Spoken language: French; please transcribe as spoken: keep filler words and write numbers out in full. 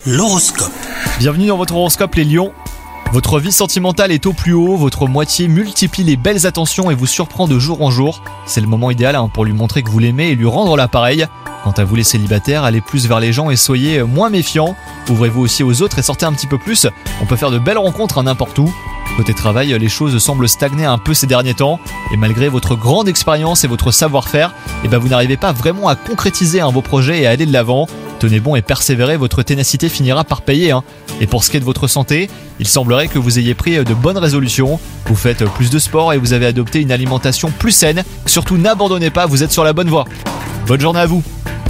L'horoscope. Bienvenue dans votre horoscope les lions. Votre vie sentimentale est au plus haut, votre moitié multiplie les belles attentions et vous surprend de jour en jour. C'est le moment idéal hein, pour lui montrer que vous l'aimez et lui rendre l'appareil. Quant à vous les célibataires, allez plus vers les gens et soyez moins méfiants. Ouvrez-vous aussi aux autres et sortez un petit peu plus. On peut faire de belles rencontres hein, n'importe où. Côté travail, les choses semblent stagner un peu ces derniers temps. Et malgré votre grande expérience et votre savoir-faire, eh ben vous n'arrivez pas vraiment à concrétiser hein, vos projets et à aller de l'avant. Tenez bon et persévérez, votre ténacité finira par payer. Hein. Et pour ce qui est de votre santé, il semblerait que vous ayez pris de bonnes résolutions. Vous faites plus de sport et vous avez adopté une alimentation plus saine. Surtout n'abandonnez pas, vous êtes sur la bonne voie. Bonne journée à vous.